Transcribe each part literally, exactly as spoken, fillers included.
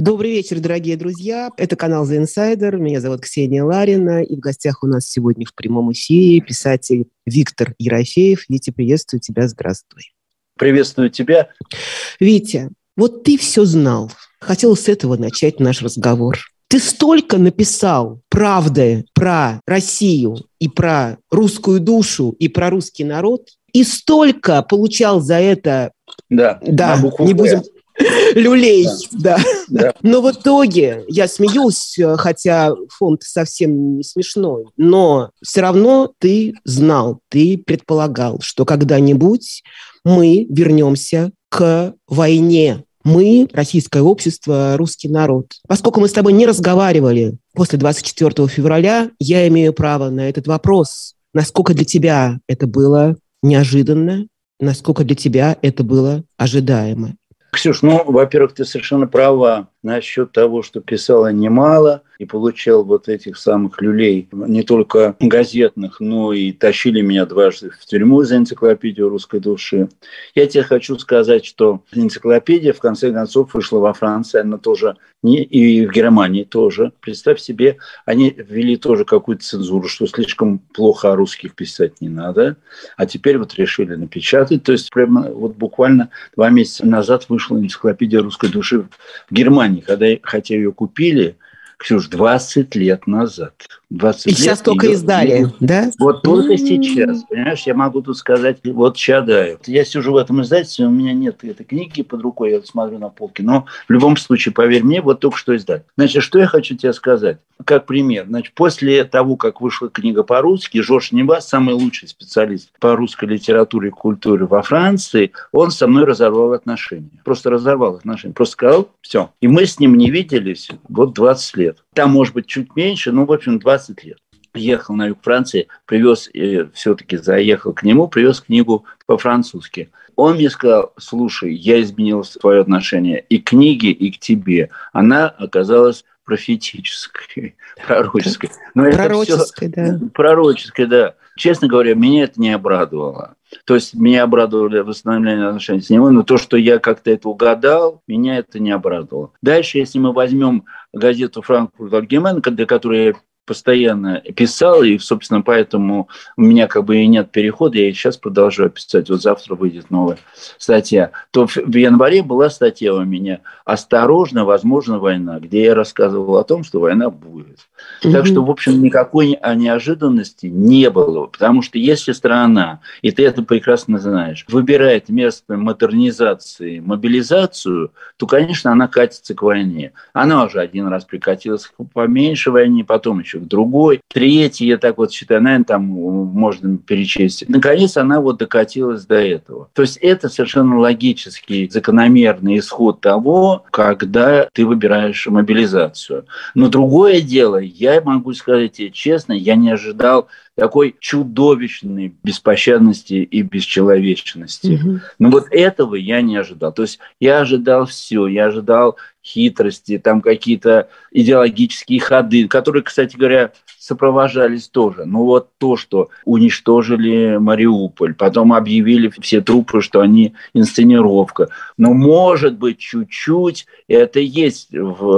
Добрый вечер, дорогие друзья. Это канал The Insider. Меня зовут Ксения Ларина. И в гостях у нас сегодня в прямом эфире писатель Виктор Ерофеев. Витя, приветствую тебя. Здравствуй. Приветствую тебя. Витя, вот ты все знал. Хотел с этого начать наш разговор. Ты столько написал правды про Россию и про русскую душу и про русский народ, и столько получал за это... Да, да не будем... Люлей, да. Да. да. Но в итоге я смеюсь, хотя фонд совсем не смешной, но все равно ты знал, ты предполагал, что когда-нибудь мы вернемся к войне. Мы, российское общество, русский народ. Поскольку мы с тобой не разговаривали после двадцать четвёртого февраля, я имею право на этот вопрос. Насколько для тебя это было неожиданно? Насколько для тебя это было ожидаемо? Ксюш, ну, во-первых, ты совершенно права насчет того, что писала немало и получал вот этих самых люлей, не только газетных, но и тащили меня дважды в тюрьму за энциклопедию русской души. Я тебе хочу сказать, что энциклопедия, в конце концов, вышла во Франции, она тоже, не, и в Германии тоже. Представь себе, они ввели тоже какую-то цензуру, что слишком плохо о русских писать не надо, а теперь вот решили напечатать. То есть прямо вот буквально два месяца назад вышла энциклопедия русской души в Германии. Когда, хотя ее купили, Ксюш, двадцать лет назад. двадцать и лет сейчас только ее... издали, да? Вот только сейчас, понимаешь, я могу тут сказать, вот чадаю. Я сижу в этом издательстве, у меня нет этой книги под рукой, я смотрю на полке, но в любом случае, поверь мне, вот только что издали. Значит, что я хочу тебе сказать? Как пример. Значит, после того, как вышла книга по-русски, Жорж Небас, самый лучший специалист по русской литературе и культуре во Франции, он со мной разорвал отношения. Просто разорвал отношения. Просто сказал, все. И мы с ним не виделись вот двадцать лет. Там, может быть, чуть меньше, но, в общем, двадцать лет. Ехал на юг Франции, привез, все-таки заехал к нему, привез книгу по-французски. Он мне сказал, слушай, я изменил свое отношение и к книге, и к тебе. Она оказалась профетической, пророческой. Но пророческой, это все, да. Пророческой, да. Честно говоря, меня это не обрадовало. То есть меня обрадовали восстановление отношений с ним, но то, что я как-то это угадал, меня это не обрадовало. Дальше, если мы возьмем газету «Франкфурт Allgemeine», для которой я постоянно писал, и, собственно, поэтому у меня как бы и нет перехода, я и сейчас продолжаю писать. Вот завтра выйдет новая статья. То в январе была статья у меня «Осторожно, возможно, война», где я рассказывал о том, что война будет. Mm-hmm. Так что, в общем, никакой неожиданности не было. Потому что если страна, и ты это прекрасно знаешь, выбирает вместо модернизации мобилизацию, то, конечно, она катится к войне. Она уже один раз прикатилась к поменьше войне, потом еще к другой. Третий, я так вот считаю, наверное, там можно перечесть. Наконец, она вот докатилась до этого. То есть это совершенно логический, закономерный исход того, когда ты выбираешь мобилизацию. Но другое дело, я могу сказать тебе честно, я не ожидал такой чудовищной беспощадности и бесчеловечности. Mm-hmm. Но вот этого я не ожидал. То есть я ожидал все, я ожидал хитрости, там какие-то идеологические ходы, которые, кстати говоря, сопровождались тоже. Ну вот то, что уничтожили Мариуполь, потом объявили все трупы, что они инсценировка. Но, может быть, чуть-чуть это есть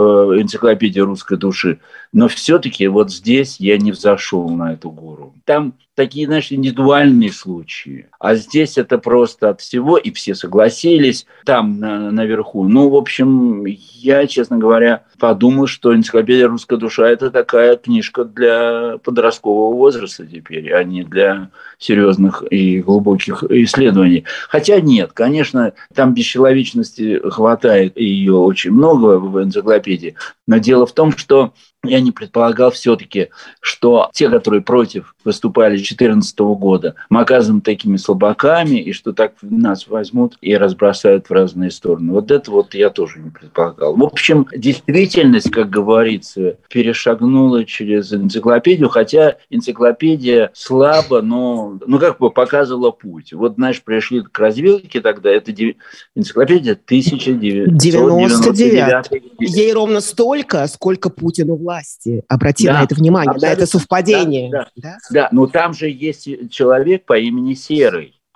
в энциклопедии русской души. Но все-таки вот здесь я не взошел на эту гору. Там такие, знаешь, индивидуальные случаи. А здесь это просто от всего, и все согласились там на, наверху. Ну, в общем, я, честно говоря, подумал, что энциклопедия «Русская душа» – это такая книжка для подросткового возраста теперь, а не для серьезных и глубоких исследований. Хотя нет, конечно, там бесчеловечности хватает, и ее очень много в энциклопедии. Но дело в том, что я не предполагал все-таки, что те, которые против выступали с две тысячи четырнадцатого года, мы оказываем такими слабаками, и что так нас возьмут и разбросают в разные стороны. Вот это вот я тоже не предполагал. В общем, действительность, как говорится, перешагнула через энциклопедию, хотя энциклопедия слабо, но ну, как бы показывала путь. Вот, знаешь, пришли к развилке тогда, это энциклопедия тысяча девятьсот девяносто девятый. Ей ровно столько, сколько Путину власти. Обрати да, на это внимание, на это совпадение. Да, да, да. да, но там же есть человек по имени Серый.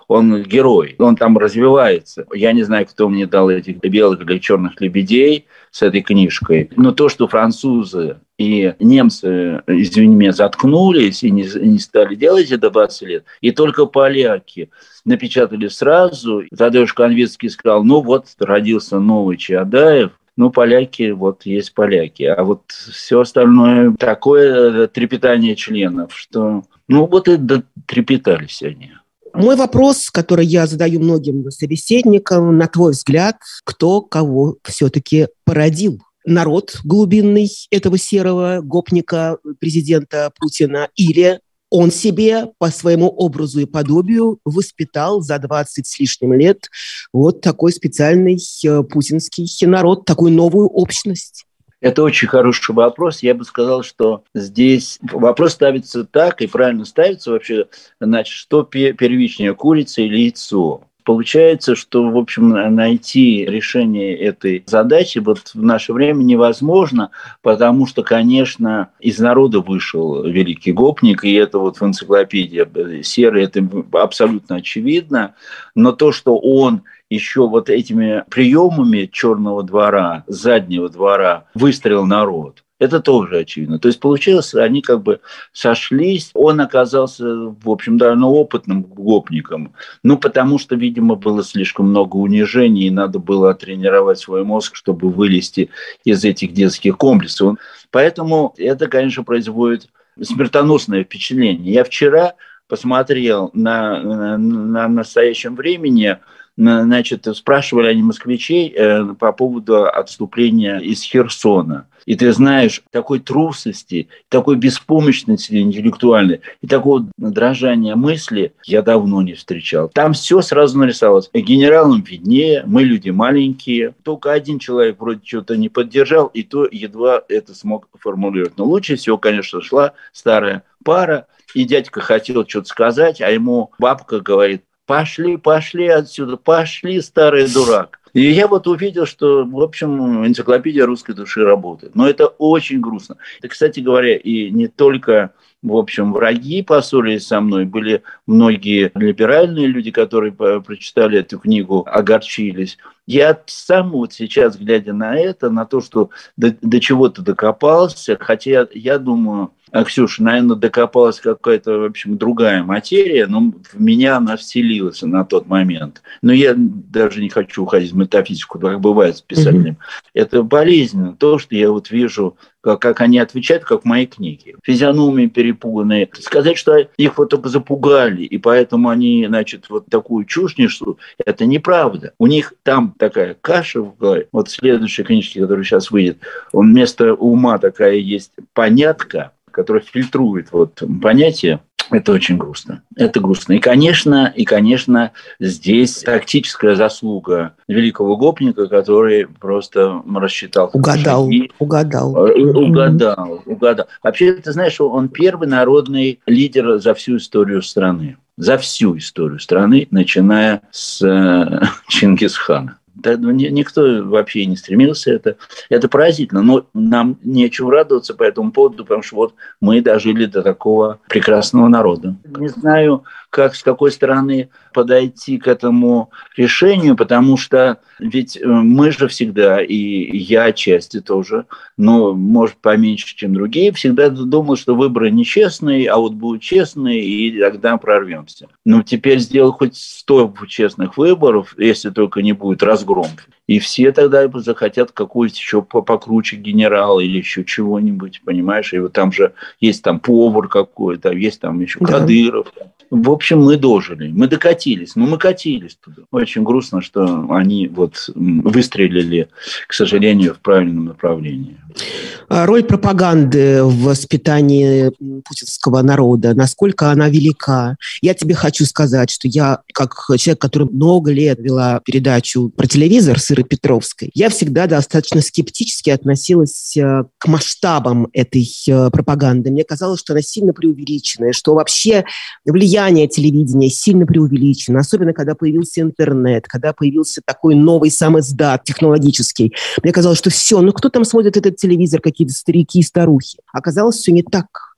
он герой, он там развивается. Я не знаю, кто мне дал этих белых или черных лебедей с этой книжкой, но то, что французы и немцы, извини меня, заткнулись и не, не стали делать это двадцать лет, и только поляки напечатали сразу. Тадеуш Конвицкий сказал, ну вот родился новый Чаадаев, ну, поляки, вот есть поляки. А вот все остальное такое трепетание членов, что, ну, вот и трепетались они. Мой вопрос, который я задаю многим собеседникам, на твой взгляд, кто кого все-таки породил? Народ глубинный этого серого гопника президента Путина или он себе по своему образу и подобию воспитал за двадцать с лишним лет вот такой специальный путинский народ, такую новую общность? Это очень хороший вопрос. Я бы сказал, что здесь вопрос ставится так, и правильно ставится вообще, значит, что первичнее, курица или яйцо? Получается, что, в общем, найти решение этой задачи вот в наше время невозможно, потому что, конечно, из народа вышел великий гопник, и это вот в энциклопедии серый, это абсолютно очевидно, но то, что он еще вот этими приемами черного двора, заднего двора выстроил народ, это тоже очевидно. То есть получилось, они как бы сошлись. Он оказался, в общем, довольно опытным гопником. Ну, потому что, видимо, было слишком много унижений, и надо было оттренировать свой мозг, чтобы вылезти из этих детских комплексов. Поэтому это, конечно, производит смертоносное впечатление. Я вчера посмотрел на, на, на настоящем времени. Значит, спрашивали они москвичей э, по поводу отступления из Херсона. И ты знаешь, такой трусости, такой беспомощности интеллектуальной и такого дрожания мысли я давно не встречал. Там все сразу нарисовалось. Генералам виднее, мы люди маленькие. Только один человек вроде чего-то не поддержал, и то едва это смог формулировать. Но лучше всего, конечно, шла старая пара, и дядька хотел что-то сказать, а ему бабка говорит: пошли, пошли отсюда, пошли, старый дурак. И я вот увидел, что, в общем, энциклопедия русской души работает. Но это очень грустно. Это, кстати говоря, и не только, в общем, враги поссорились со мной. Были многие либеральные люди, которые прочитали эту книгу, огорчились. Я сам вот сейчас, глядя на это, на то, что до, до чего-то докопался, хотя я думаю... А Ксюша, наверное, докопалась какая-то, в общем, другая материя, но в меня она вселилась на тот момент. Но я даже не хочу уходить в метафизику, как бывает с писателем. Mm-hmm. Это болезненно, то, что я вот вижу, как, как они отвечают, как в моей книге. Физиономии перепуганные. Сказать, что их вот только запугали, и поэтому они, значит, вот такую чушь несут, это неправда. У них там такая каша в голове. Вот в следующей книжке, которая сейчас выйдет, вместо ума такая есть понятка, который фильтрует вот понятие, это очень грустно. Это грустно. И, конечно, и, конечно, здесь тактическая заслуга великого гопника, который просто рассчитал. Угадал, шаги. угадал. Угадал, угадал. Вообще, ты знаешь, он первый народный лидер за всю историю страны. За всю историю страны, начиная с Чингисхана. Да, никто вообще не стремился, это, это поразительно. Но нам нечего радоваться по этому поводу, потому что вот мы дожили до такого прекрасного народа. Не знаю, как, с какой стороны подойти к этому решению, потому что ведь мы же всегда, и я отчасти тоже, но, может, поменьше, чем другие, всегда думал, что выборы нечестные, а вот будут честные, и тогда прорвемся. Но теперь сделал хоть сто честных выборов, если только не будет разгром. И все тогда захотят какую-то еще покруче генерала или еще чего-нибудь, понимаешь? И вот там же есть там повар какой-то, есть там еще да. Кадыров. В общем, мы дожили, мы докатились, но мы катились туда. Очень грустно, что они вот выстрелили, к сожалению, в правильном направлении. Роль пропаганды в воспитании путинского народа, насколько она велика? Я тебе хочу сказать, что я, как человек, который много лет вела передачу про телевизор с Ирой Петровской, я всегда достаточно скептически относилась к масштабам этой пропаганды. Мне казалось, что она сильно преувеличенная, что вообще влияние телевидения сильно преувеличено, особенно когда появился интернет, когда появился такой новый самиздат технологический. Мне казалось, что все, ну кто там смотрит этот телевизор, какие-то старики и старухи. Оказалось, все не так.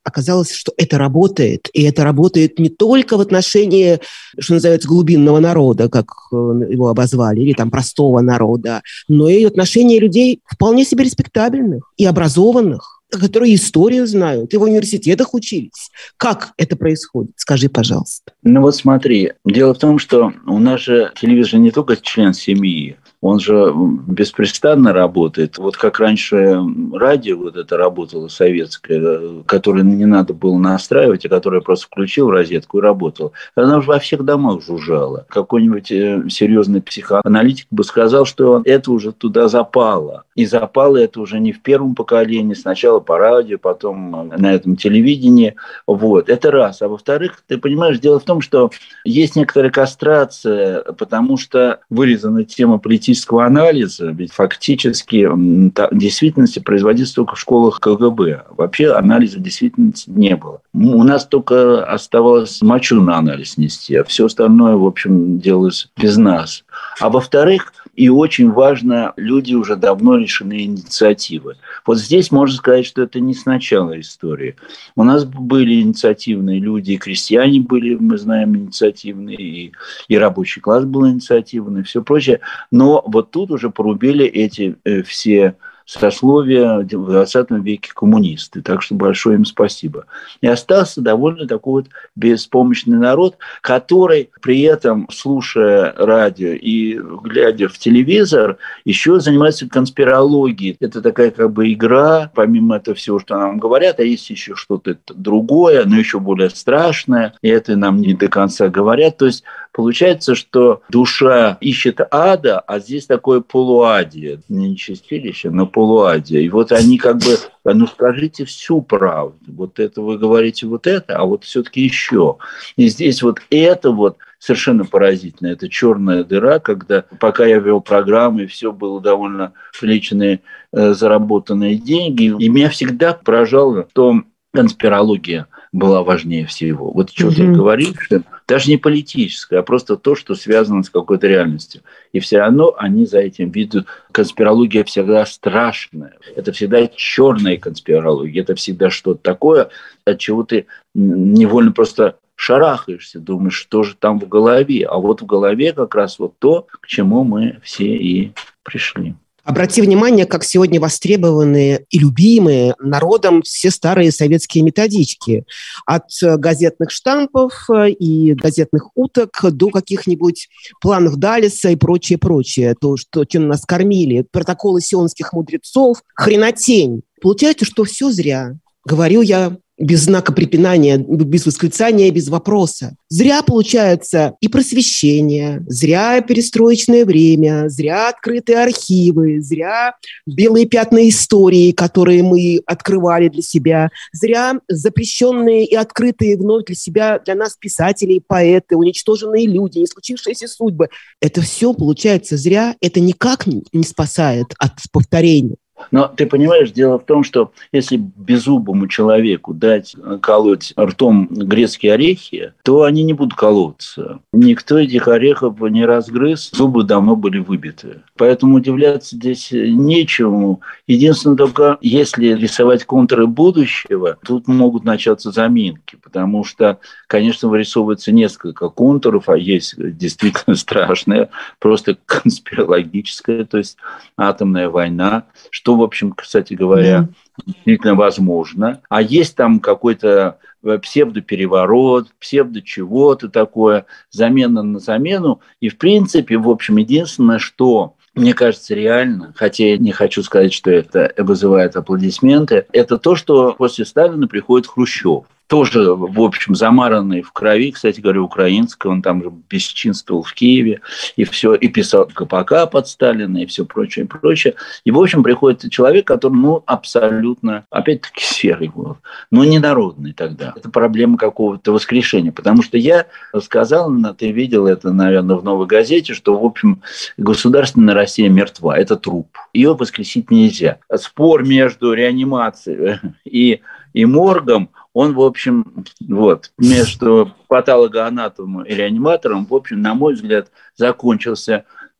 оказалось, что это работает. И это работает не только в отношении, что называется, глубинного народа, как его обозвали, или там простого народа, но и в отношении людей вполне себе респектабельных и образованных, которые историю знают, и в университетах учились. Как это происходит? Скажи, пожалуйста. Ну вот смотри, дело в том, что у нас же телевизор не только член семьи, он же беспрестанно работает. Вот как раньше радио вот это работало советское, которое не надо было настраивать, а которое просто включил в розетку и работало. Она уже во всех домах жужжала. Какой-нибудь серьезный психоаналитик бы сказал, что это уже туда запало. И запало это уже не в первом поколении, сначала по радио, потом на этом телевидении. Вот. Это раз. А во-вторых, ты понимаешь, дело в том, что есть некоторая кастрация, потому что вырезана тема политического анализа, ведь фактически в действительности производится только в школах ка гэ бэ. Вообще анализа в действительности не было. У нас только оставалось мочу на анализ нести, а все остальное, в общем, делалось без нас. А во-вторых, и очень важно, люди уже давно лишены инициативы. Вот здесь можно сказать, что это не с начала истории. У нас были инициативные люди, и крестьяне были, мы знаем, инициативные, и, и рабочий класс был инициативный, и все прочее. Но вот тут уже порубили эти э, все сословия в двадцатом веке коммунисты. Так что большое им спасибо. И остался довольно такой вот беспомощный народ, который при этом, слушая радио и глядя в телевизор, еще занимается конспирологией. Это такая как бы игра, помимо этого всего, что нам говорят, а есть еще что-то другое, но еще более страшное, и это нам не до конца говорят. То есть получается, что душа ищет ада, а здесь такое полуадие. Не чистилище, но полуадие. И вот они как бы, ну скажите всю правду. Вот это вы говорите вот это, а вот все-таки еще. И здесь вот это вот совершенно поразительно. Это черная дыра, когда пока я вел программы, все было довольно приличные э, заработанные деньги. И меня всегда поражало, что конспирология была важнее всего. Вот что mm-hmm. ты говоришь, даже не политическое, а просто то, что связано с какой-то реальностью. И все равно они за этим видят. Конспирология всегда страшная. Это всегда черная конспирология. Это всегда что-то такое, от чего ты невольно просто шарахаешься, думаешь, что же там в голове. А вот в голове как раз вот то, к чему мы все и пришли. Обрати внимание, как сегодня востребованы и любимые народом все старые советские методички. От газетных штампов и газетных уток до каких-нибудь планов Даллеса и прочее-прочее. То, что, чем нас кормили. Протоколы сионских мудрецов. Хренотень. Получается, что все зря. Говорю я без знака препинания, без восклицания, без вопроса. Зря получается и просвещение, зря перестроечное время, зря открытые архивы, зря белые пятна истории, которые мы открывали для себя, зря запрещенные и открытые вновь для себя, для нас писатели, поэты, уничтоженные люди, не случившиеся судьбы. Это все получается зря, это никак не спасает от повторения. Но ты понимаешь, дело в том, что если беззубому человеку дать колоть ртом грецкие орехи, то они не будут колоться. Никто этих орехов не разгрыз, зубы давно были выбиты. Поэтому удивляться здесь нечему. Единственное, только если рисовать контуры будущего, тут могут начаться заминки, потому что, конечно, вырисовывается несколько контуров, а есть действительно страшное, просто конспирологическое, то есть атомная война, что, в общем, кстати говоря, действительно возможно. А есть там какой-то псевдопереворот, псевдо-чего-то такое, замена на замену. И, в принципе, в общем, единственное, что мне кажется реально, хотя я не хочу сказать, что это вызывает аплодисменты, это то, что после Сталина приходит Хрущев. Тоже, в общем, замаранный в крови, кстати говоря, украинского, он там же бесчинствовал в Киеве, и все, и писал КПК под Сталина, и все прочее, и прочее. И, в общем, приходит человек, который, ну, абсолютно, опять-таки, серый был, но не народный тогда. Это проблема какого-то воскрешения, потому что я сказал, ты видел это, наверное, в «Новой газете», что, в общем, государственная Россия мертва, это труп. Ее воскресить нельзя. Спор между реанимацией и, и моргом, он, в общем, вот, между патологоанатомом и реаниматором, в общем, на мой взгляд, закончился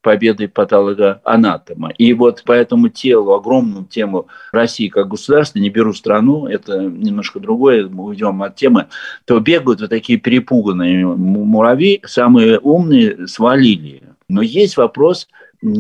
победой патологоанатома. И вот по этому телу, огромному тему России как государства, не беру страну, это немножко другое, мы уйдем от темы, то бегают вот такие перепуганные муравьи, самые умные свалили. Но есть вопрос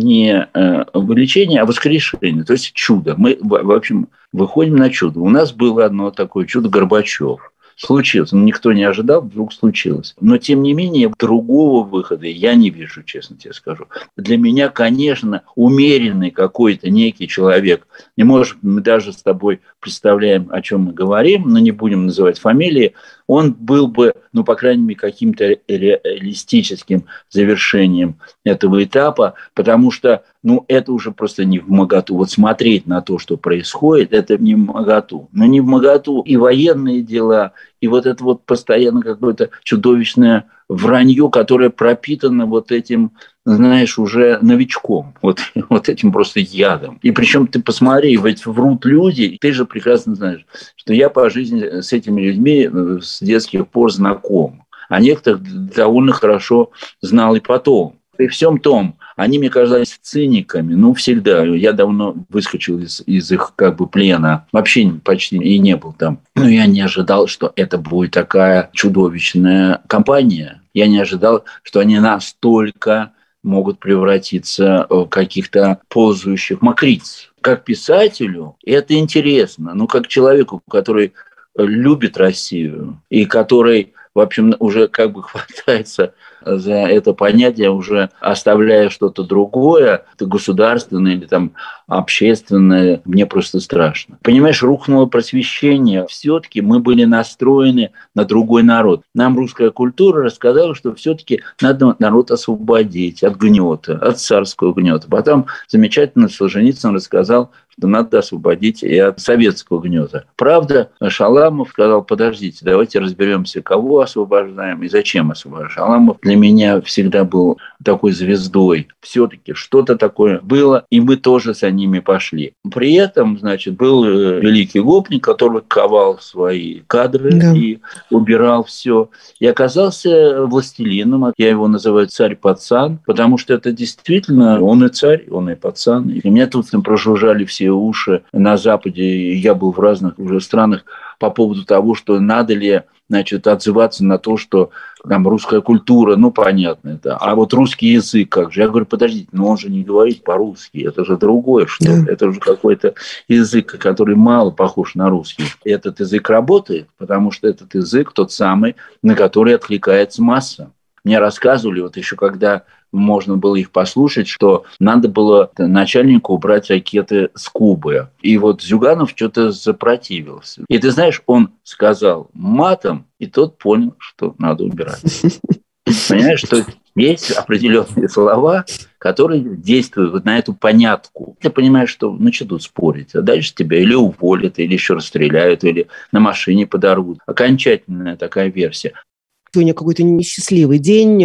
не вылечения, а воскрешения, то есть чудо. Мы, в общем, выходим на чудо. У нас было одно такое чудо — Горбачев. Случилось. Никто не ожидал, вдруг случилось. Но, тем не менее, другого выхода я не вижу, честно тебе скажу. Для меня, конечно, умеренный какой-то некий человек, не может, мы даже с тобой представляем, о чем мы говорим, но не будем называть фамилии, он был бы, ну, по крайней мере, каким-то реалистическим завершением этого этапа, потому что, ну, это уже просто не вмоготу. Вот смотреть на то, что происходит, это не вмоготу. Но не вмоготу и военные дела, и вот это вот постоянно какое-то чудовищное вранье, которое пропитано вот этим, знаешь, уже новичком, вот, вот этим просто ядом. И причем ты посмотри, ведь врут люди, ты же прекрасно знаешь, что я по жизни с этими людьми с детских пор знаком, а некоторых довольно хорошо знал и потом. При всем том, они мне казались циниками, ну, всегда. Я давно выскочил из, из их как бы плена, вообще почти и не был там. Но я не ожидал, что это будет такая чудовищная кампания. Я не ожидал, что они настолько могут превратиться в каких-то ползающих мокриц. Как писателю это интересно, но как человеку, который любит Россию и который, в общем, уже как бы хватается за это понятие, уже оставляя что-то другое, государственное или там общественное, мне просто страшно. Понимаешь, рухнуло просвещение. Все-таки мы были настроены на другой народ. Нам русская культура рассказала, что все-таки надо народ освободить от гнета, от царского гнета. Потом замечательно Солженицын рассказал, что надо освободить и от советского гнета. Правда, Шаламов сказал: подождите, давайте разберемся, кого освобождаем и зачем освобождаем. Шаламов для меня всегда был такой звездой. Все-таки что-то такое было, и мы тоже за ними пошли. При этом, значит, был великий гопник, который ковал свои кадры, да, и убирал все. И оказался властелином. Я его называю царь-пацан, потому что это действительно он и царь, он и пацан. И меня тут прожужжали все уши на Западе. Я был в разных уже странах по поводу того, что надо ли, значит, отзываться на то, что там русская культура, ну, понятно это. А вот русский язык как же? Я говорю: подождите, но он же не говорит по-русски, это же другое что-то. Да. Это же какой-то язык, который мало похож на русский. И этот язык работает, потому что этот язык тот самый, на который откликается масса. Мне рассказывали, вот еще когда можно было их послушать, что надо было начальнику убрать ракеты с Кубы. И вот Зюганов что-то запротивился. И ты знаешь, он сказал матом, и тот понял, что надо убирать. Понимаешь, что есть определенные слова, которые действуют вот на эту понятку. Ты понимаешь, что ну что тут спорить? А дальше тебя или уволят, или еще расстреляют, или на машине подорвут. Окончательная такая версия. Сегодня какой-то несчастливый день.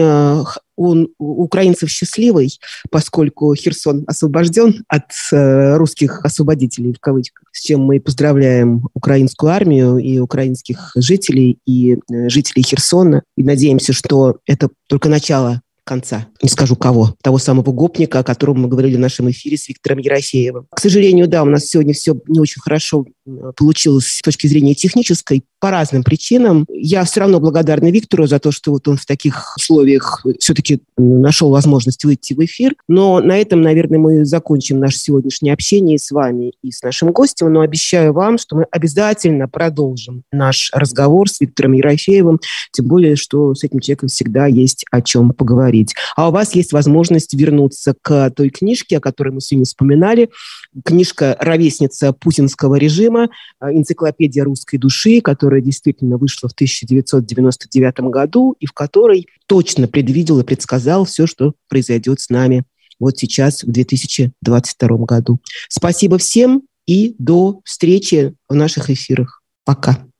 Он у украинцев счастливый, поскольку Херсон освобожден от русских освободителей, в кавычках, с чем мы поздравляем украинскую армию и украинских жителей, и жителей Херсона. И надеемся, что это только начало конца, не скажу кого, того самого гопника, о котором мы говорили в нашем эфире с Виктором Ерофеевым. К сожалению, да, у нас сегодня все не очень хорошо получилось с точки зрения технической, по разным причинам. Я все равно благодарна Виктору за то, что вот он в таких условиях все-таки нашел возможность выйти в эфир. Но на этом, наверное, мы закончим наше сегодняшнее общение с вами и с нашим гостем. Но обещаю вам, что мы обязательно продолжим наш разговор с Виктором Ерофеевым, тем более, что с этим человеком всегда есть о чем поговорить. А у вас есть возможность вернуться к той книжке, о которой мы сегодня вспоминали. Книжка «Ровесница путинского режима», энциклопедия русской души, которая действительно вышла в тысяча девятьсот девяносто девятом году и в которой точно предвидел и предсказал все, что произойдет с нами вот сейчас, в две тысячи двадцать втором году. Спасибо всем и до встречи в наших эфирах. Пока.